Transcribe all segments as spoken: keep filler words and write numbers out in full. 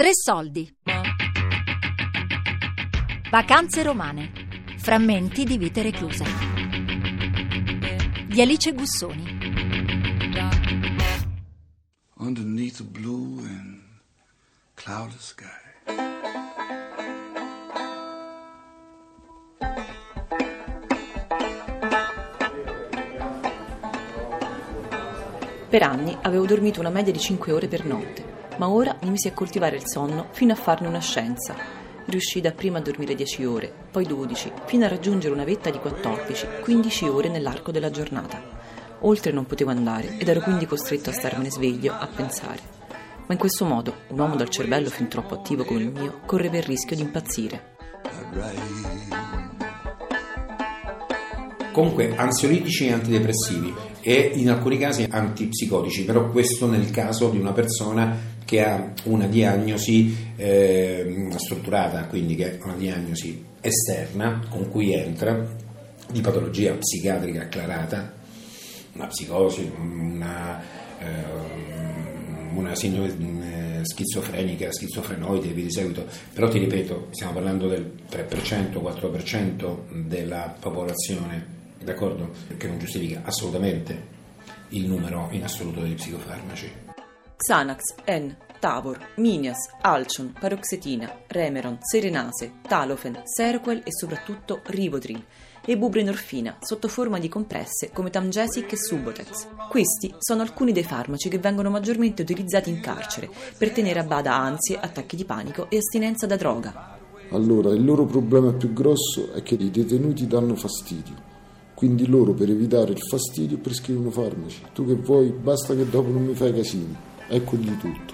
Tre soldi. Vacanze romane. Frammenti di vite recluse. Di Alice Gussoni. Underneath a blue and cloudless sky. Per anni avevo dormito una media di cinque ore per notte, ma ora mi misi a coltivare il sonno fino a farne una scienza. Riuscii dapprima a dormire dieci ore, poi dodici, fino a raggiungere una vetta di quattordici quindici ore nell'arco della giornata. Oltre non potevo andare ed ero quindi costretto a starmene sveglio, a pensare. Ma in questo modo, un uomo dal cervello fin troppo attivo come il mio correva il rischio di impazzire. Comunque ansiolitici e antidepressivi e in alcuni casi antipsicotici, però questo nel caso di una persona che ha una diagnosi eh, strutturata, quindi che è una diagnosi esterna con cui entra di patologia psichiatrica acclarata, una psicosi, una, eh, una sindrome schizofrenica, schizofrenoide e via di seguito, però ti ripeto, stiamo parlando del tre per cento, quattro per cento della popolazione, d'accordo? Che non giustifica assolutamente il numero in assoluto degli psicofarmaci. Xanax, N, Tavor, Minias, Alcion, Paroxetina, Remeron, Serenase, Talofen, Seroquel e soprattutto Rivotril e buprenorfina sotto forma di compresse come Tamgesic e Subotex. Questi sono alcuni dei farmaci che vengono maggiormente utilizzati in carcere per tenere a bada ansie, attacchi di panico e astinenza da droga. Allora, il loro problema più grosso è che i detenuti danno fastidio. Quindi loro, per evitare il fastidio, prescrivono farmaci. Tu che vuoi, basta che dopo non mi fai casini. Eccogli tutto.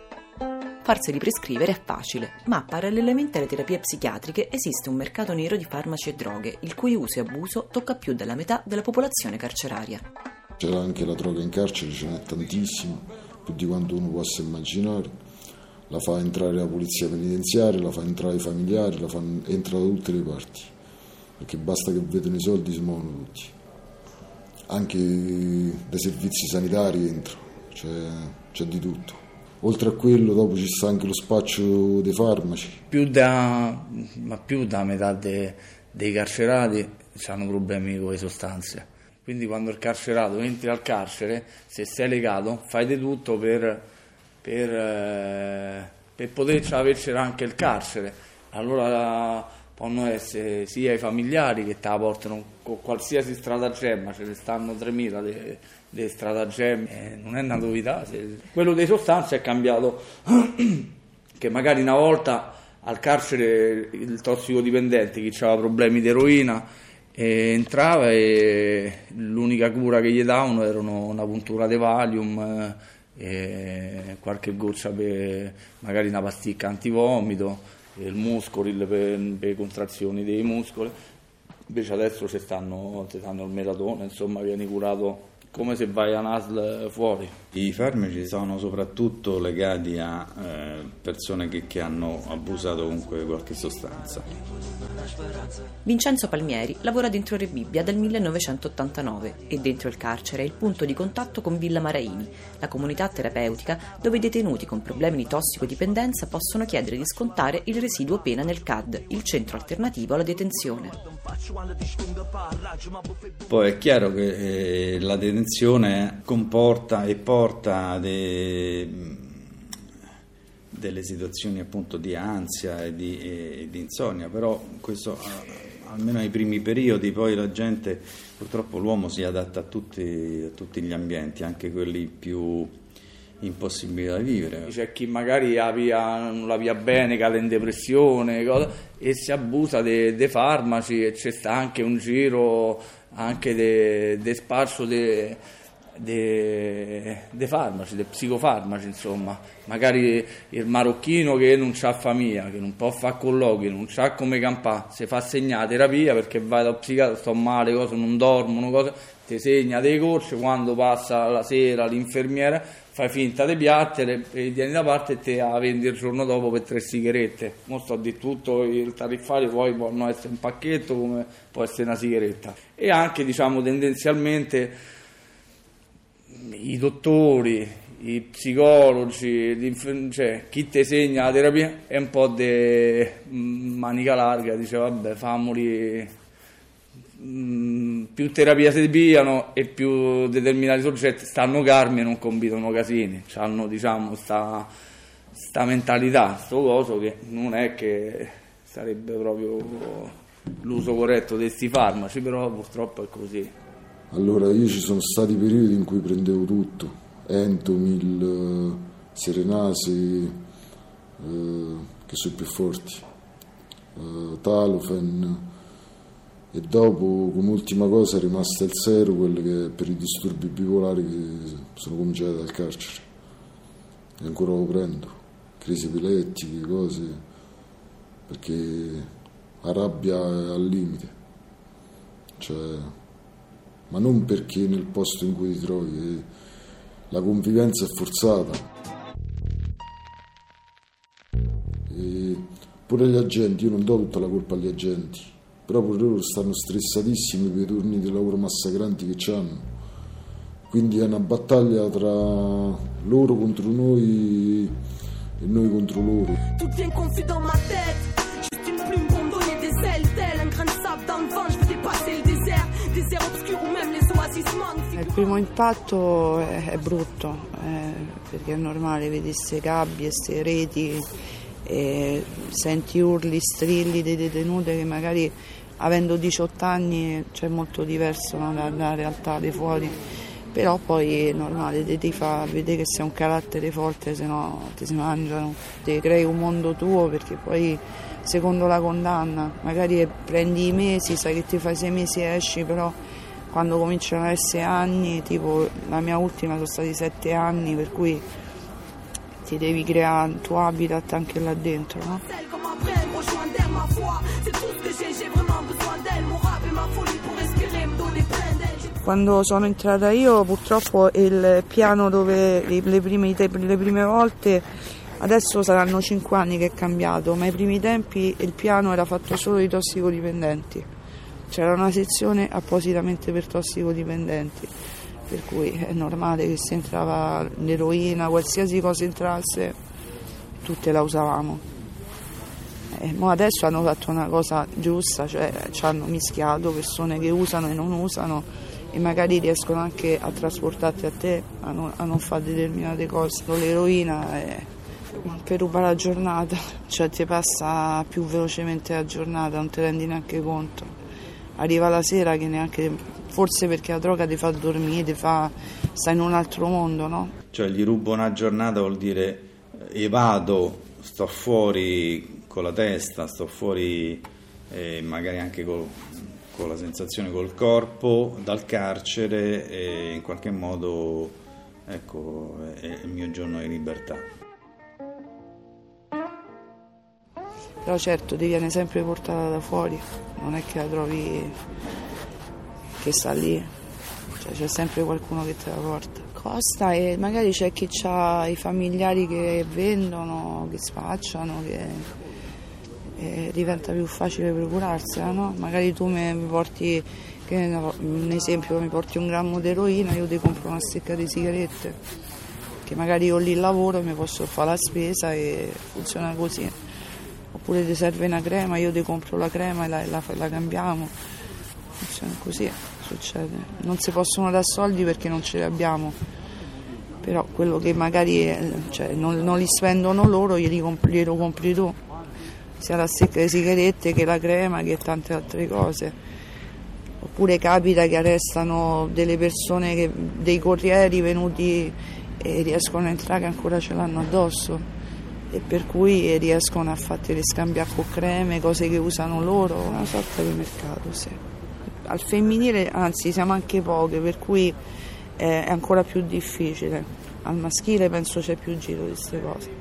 Farseli prescrivere è facile, ma parallelamente alle terapie psichiatriche esiste un mercato nero di farmaci e droghe, il cui uso e abuso tocca più della metà della popolazione carceraria. C'è anche la droga in carcere, ce n'è tantissimo, più di quanto uno possa immaginare. La fa entrare la polizia penitenziaria, la fa entrare i familiari, la fa entrare da tutte le parti. Perché basta che vedono i soldi si muovono tutti. Anche dai servizi sanitari entrano, c'è, c'è di tutto. Oltre a quello dopo ci sta anche lo spaccio dei farmaci. Più da, ma più da metà de, dei carcerati hanno problemi con le sostanze. Quindi quando il carcerato entri al carcere, se sei legato, fai di tutto per, per, eh, per poter avercela anche il carcere. Allora possono essere sia i familiari che te la portano con qualsiasi stratagemma, ce ne stanno tremila di stratagemmi, eh, non è una novità. Se... Quello delle sostanze è cambiato, che magari una volta al carcere il tossicodipendente, chi aveva problemi di eroina, eh, entrava e l'unica cura che gli davano erano una puntura di Valium, eh, qualche goccia per magari una pasticca antivomito, il muscolil per le contrazioni dei muscoli. Invece adesso ci stanno, ci stanno il melatone, insomma vieni curato come se vai a N A S L fuori. I farmaci sono soprattutto legati a eh, persone che, che hanno abusato comunque qualche sostanza. Vincenzo Palmieri lavora dentro Rebibbia dal millenovecentottantanove e dentro il carcere è il punto di contatto con Villa Maraini, la comunità terapeutica dove i detenuti con problemi di tossicodipendenza possono chiedere di scontare il residuo pena nel C A D, il centro alternativo alla detenzione. Poi è chiaro che eh, la detenzione comporta e porta de, delle situazioni appunto di ansia e di, e di insonnia, però questo almeno nei primi periodi, poi la gente, purtroppo l'uomo si adatta a tutti, a tutti gli ambienti, anche quelli più impossibili da vivere. C'è chi magari la via, non la via bene, cade in depressione, cosa, e si abusa dei farmaci, e c'è sta anche un giro anche de spaccio de, de, de farmaci, dei psicofarmaci, insomma. Magari il marocchino che non c'ha famiglia, che non può fare colloqui, non c'ha come campare, si fa segnare terapia perché vai da psichiatra, sto male, cose, non dormono, cose, ti segna dei corsi, quando passa la sera l'infermiera fai finta di piattere e tieni da parte e te la vendi il giorno dopo per tre sigarette. Mo sto di tutto, il tariffario poi può essere un pacchetto come può essere una sigaretta. E anche, diciamo, tendenzialmente i dottori, i psicologi, cioè chi ti segna la terapia è un po' di manica larga, dice vabbè famoli, mh, più terapia si pigliano e più determinati soggetti stanno calmi e non compitono casini, hanno diciamo sta, sta mentalità, sto coso che non è che sarebbe proprio l'uso corretto di questi farmaci, però purtroppo è così. Allora io ci sono stati periodi in cui prendevo tutto, Entomil, Serenase, eh, che sono più forti, eh, Talofen, e dopo come ultima cosa è rimasta il Sero, quello che è per i disturbi bipolari che sono cominciati dal carcere, e ancora lo prendo, crisi epilettiche, cose, perché la rabbia è al limite, cioè, ma non perché nel posto in cui ti trovi, la convivenza è forzata. E pure gli agenti, io non do tutta la colpa agli agenti, però pure loro stanno stressatissimi per i turni di lavoro massacranti che hanno. Quindi è una battaglia tra loro contro noi e noi contro loro. Tout devient confus dans ma tête. Juste une plume pour me donner des ailes, tel un grain de sable dans le vent. Je veux dépasser le désert, désert obscur ou même les oasis magnifiques. Il primo impatto è, è brutto, eh, perché è normale, vedi queste gabbie, queste reti, e senti urli, strilli dei detenute che magari avendo diciotto anni c'è molto diverso, no, dalla realtà di fuori. Però poi è normale, ti, ti fa vedere che sei un carattere forte, se no ti si mangiano, ti crei un mondo tuo, perché poi secondo la condanna magari prendi i mesi, sai che ti fai sei mesi e esci, però quando cominciano ad essere anni, tipo la mia ultima sono stati sette anni, per cui ti devi creare il tuo habitat anche là dentro, no? Quando sono entrata io, purtroppo il piano dove le prime, le prime volte, adesso saranno cinque anni che è cambiato, ma ai primi tempi il piano era fatto solo di tossicodipendenti, c'era una sezione appositamente per tossicodipendenti, per cui è normale che se entrava l'eroina, qualsiasi cosa entrasse, tutte la usavamo. E mo adesso hanno fatto una cosa giusta, cioè ci hanno mischiato persone che usano e non usano, e magari riescono anche a trasportarti a te, a non, a non fare determinate cose. L'eroina è per rubare la giornata, cioè ti passa più velocemente la giornata, non ti rendi neanche conto. Arriva la sera che neanche, forse perché la droga ti fa dormire, ti fa, stai in un altro mondo, no? Cioè gli rubo una giornata vuol dire evado, sto fuori con la testa, sto fuori eh, magari anche col... con la sensazione col corpo, dal carcere, e in qualche modo ecco è il mio giorno di libertà. Però certo ti viene sempre portata da fuori, non è che la trovi che sta lì, cioè, c'è sempre qualcuno che te la porta. Costa, e magari c'è chi ha i familiari che vendono, che spacciano, che e diventa più facile procurarsela, no? Magari tu mi porti, che un esempio, mi porti un grammo di eroina, io ti compro una stecca di sigarette, che magari io lì lavoro e mi posso fare la spesa e funziona così. Oppure ti serve una crema, io ti compro la crema e la, la, la cambiamo, funziona così, succede. Non si possono dare soldi perché non ce li abbiamo, però quello che magari è, cioè, non, non li spendono loro, glieli compri, glielo compri tu, sia la stecca di sigarette che la crema che tante altre cose. Oppure capita che arrestano delle persone, che, dei corrieri venuti e riescono a entrare che ancora ce l'hanno addosso, e per cui riescono a farteli scambiare con creme, cose che usano loro, una sorta di mercato, sì. Al femminile anzi siamo anche poche, per cui è ancora più difficile. Al maschile penso c'è più giro di queste cose.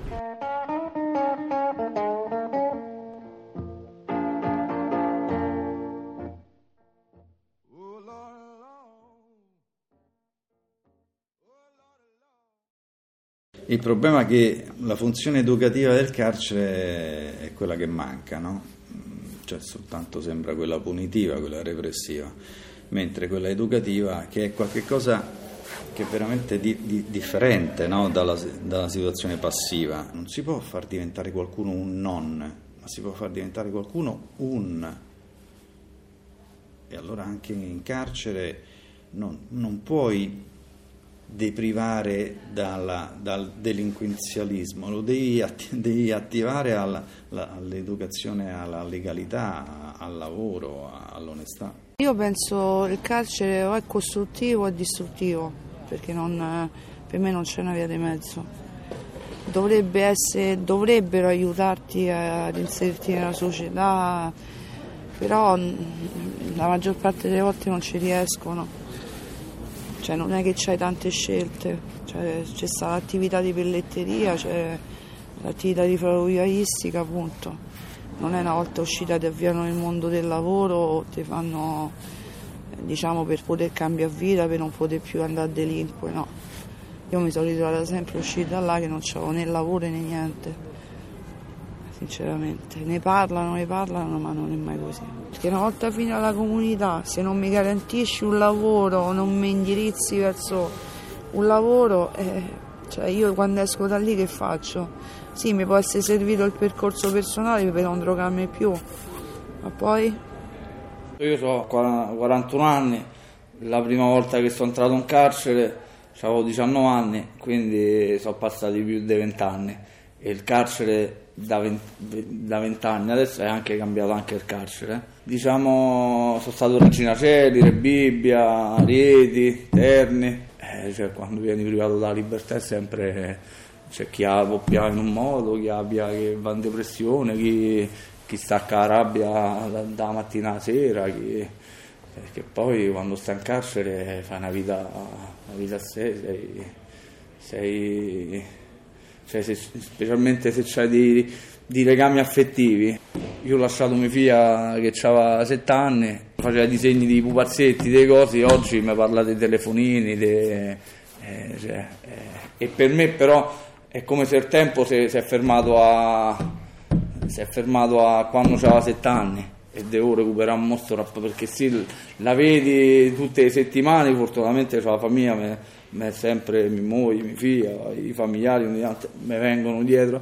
Il problema è che la funzione educativa del carcere è quella che manca, no? Cioè soltanto sembra quella punitiva, quella repressiva, mentre quella educativa, che è qualcosa perché è veramente di, di, differente, no? dalla, dalla situazione passiva. Non si può far diventare qualcuno un non, ma si può far diventare qualcuno un. E allora anche in carcere non, non puoi deprivare dalla, dal delinquenzialismo, lo devi, atti, devi attivare alla, la, all'educazione, alla legalità, al lavoro, all'onestà. Io penso il carcere o è costruttivo o è distruttivo, perché non, per me non c'è una via di mezzo. Dovrebbe essere, dovrebbero aiutarti ad inserirti nella società, però la maggior parte delle volte non ci riescono. Cioè non è che c'hai tante scelte, cioè, c'è stata l'attività di pelletteria, c'è l'attività di florovivaistica, appunto. Non è una volta uscita ti avviano nel mondo del lavoro o ti fanno, diciamo, per poter cambiare vita, per non poter più andare a delinquere, no. Io mi sono ritrovata sempre uscita da là che non c'avevo né lavoro né niente, sinceramente. Ne parlano, ne parlano, ma non è mai così. Perché una volta finita la comunità, se non mi garantisci un lavoro o non mi indirizzi verso un lavoro, eh, cioè io quando esco da lì che faccio? Sì, mi può essere servito il percorso personale per non drogarmi più, ma poi? Io ho quarantuno anni, la prima volta che sono entrato in carcere avevo diciannove anni, quindi sono passati più di venti anni e il carcere da venti anni adesso è anche cambiato anche il carcere. Eh. Diciamo, sono stato Regina Coeli, Re Bibbia, Rieti, Terni, eh, cioè, quando vieni privato della libertà è sempre, c'è chi ha poppiato in un modo, chi abbia che va in depressione, chi, chi stacca la rabbia da, da mattina alla sera, chi, perché poi quando stai in carcere fai una vita, una vita a sé, sei, sei cioè se, specialmente se c'hai dei, dei legami affettivi. Io ho lasciato mia figlia che aveva sette anni, faceva disegni di pupazzetti, delle cose, oggi mi parla dei telefonini, dei, eh, cioè, eh, e per me però è come se il tempo si, si è fermato a si è fermato a quando aveva sette anni e devo recuperare un mostro perché sì, la vedi tutte le settimane, fortunatamente c'ho la famiglia, me, me sempre mia moglie, mia figlia, i familiari mi vengono dietro,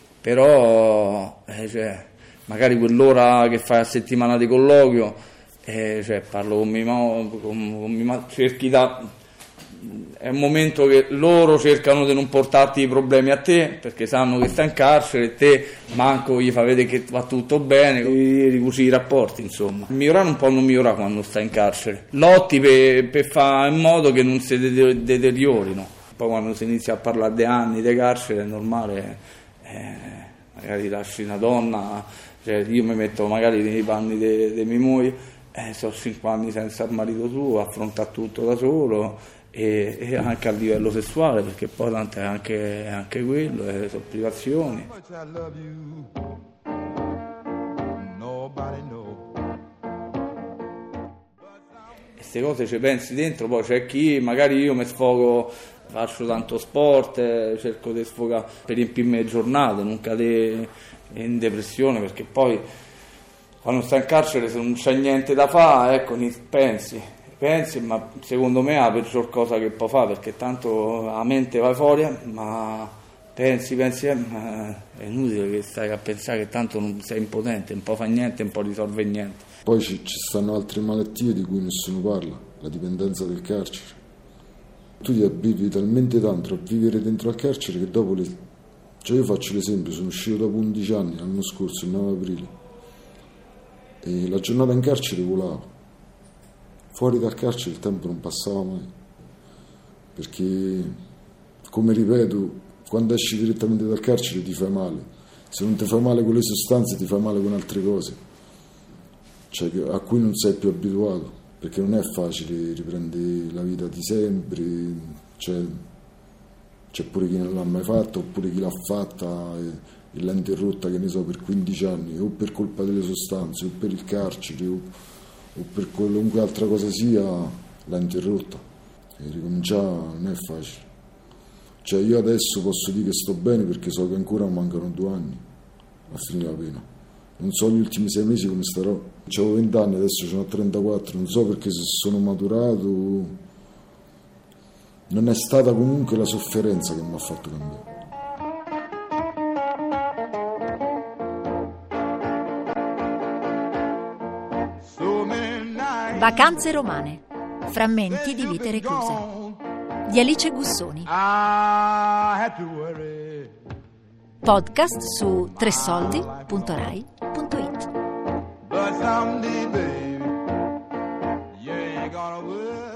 però eh, cioè, magari quell'ora che fai a settimana di colloquio, eh, cioè, parlo con mia mamma, con, con mia mamma, cerchi da... È un momento che loro cercano di non portarti i problemi a te perché sanno che stai in carcere e te manco gli fa vedere che va tutto bene, ricuci i rapporti, insomma. Migliorare un po' non migliora quando stai in carcere, lotti per, per fare in modo che non si deteriorino. Poi quando si inizia a parlare di anni di carcere è normale, eh, magari lasci una donna, cioè io mi metto magari nei panni di mia moglie, eh, sono cinque anni senza il marito suo, affronta tutto da solo. E, e anche a livello sessuale, perché poi tanto è anche, anche quello, eh, sono privazioni. E queste cose ci pensi dentro, poi c'è chi magari io mi sfogo, faccio tanto sport, eh, cerco di sfogare per riempirmi le giornate, non cadere in depressione, perché poi quando stai in carcere se non c'è niente da fare, ecco, pensi. Pensi, ma secondo me è la peggior cosa che può fare, perché tanto la mente va fuori, ma pensi, pensi, eh, ma è inutile che stai a pensare che tanto non sei impotente, un po' fa niente, un po' risolve niente. Poi ci, ci stanno altre malattie di cui nessuno parla, la dipendenza del carcere. Tu ti abitui talmente tanto a vivere dentro al carcere che dopo le... Cioè io faccio l'esempio, sono uscito dopo undici anni, l'anno scorso, il nove aprile, e la giornata in carcere volava. Fuori dal carcere il tempo non passava mai, perché, come ripeto, quando esci direttamente dal carcere ti fai male, se non ti fai male con le sostanze ti fai male con altre cose, cioè a cui non sei più abituato, perché non è facile riprendere la vita di sempre, cioè, c'è pure chi non l'ha mai fatta, oppure chi l'ha fatta e, e l'ha interrotta, che ne so, per quindici anni, o per colpa delle sostanze, o per il carcere, o o per qualunque altra cosa sia, l'ha interrotta, e ricominciare non è facile. Cioè io adesso posso dire che sto bene perché so che ancora mancano due anni a finire la pena, non so gli ultimi sei mesi come starò. C'avevo venti anni, adesso ce ne ho trentaquattro, non so perché se sono maturato, non è stata comunque la sofferenza che mi ha fatto cambiare. Vacanze romane. Frammenti di vite recluse. Di Alice Gussoni. Podcast su tresoldi punto rai punto it.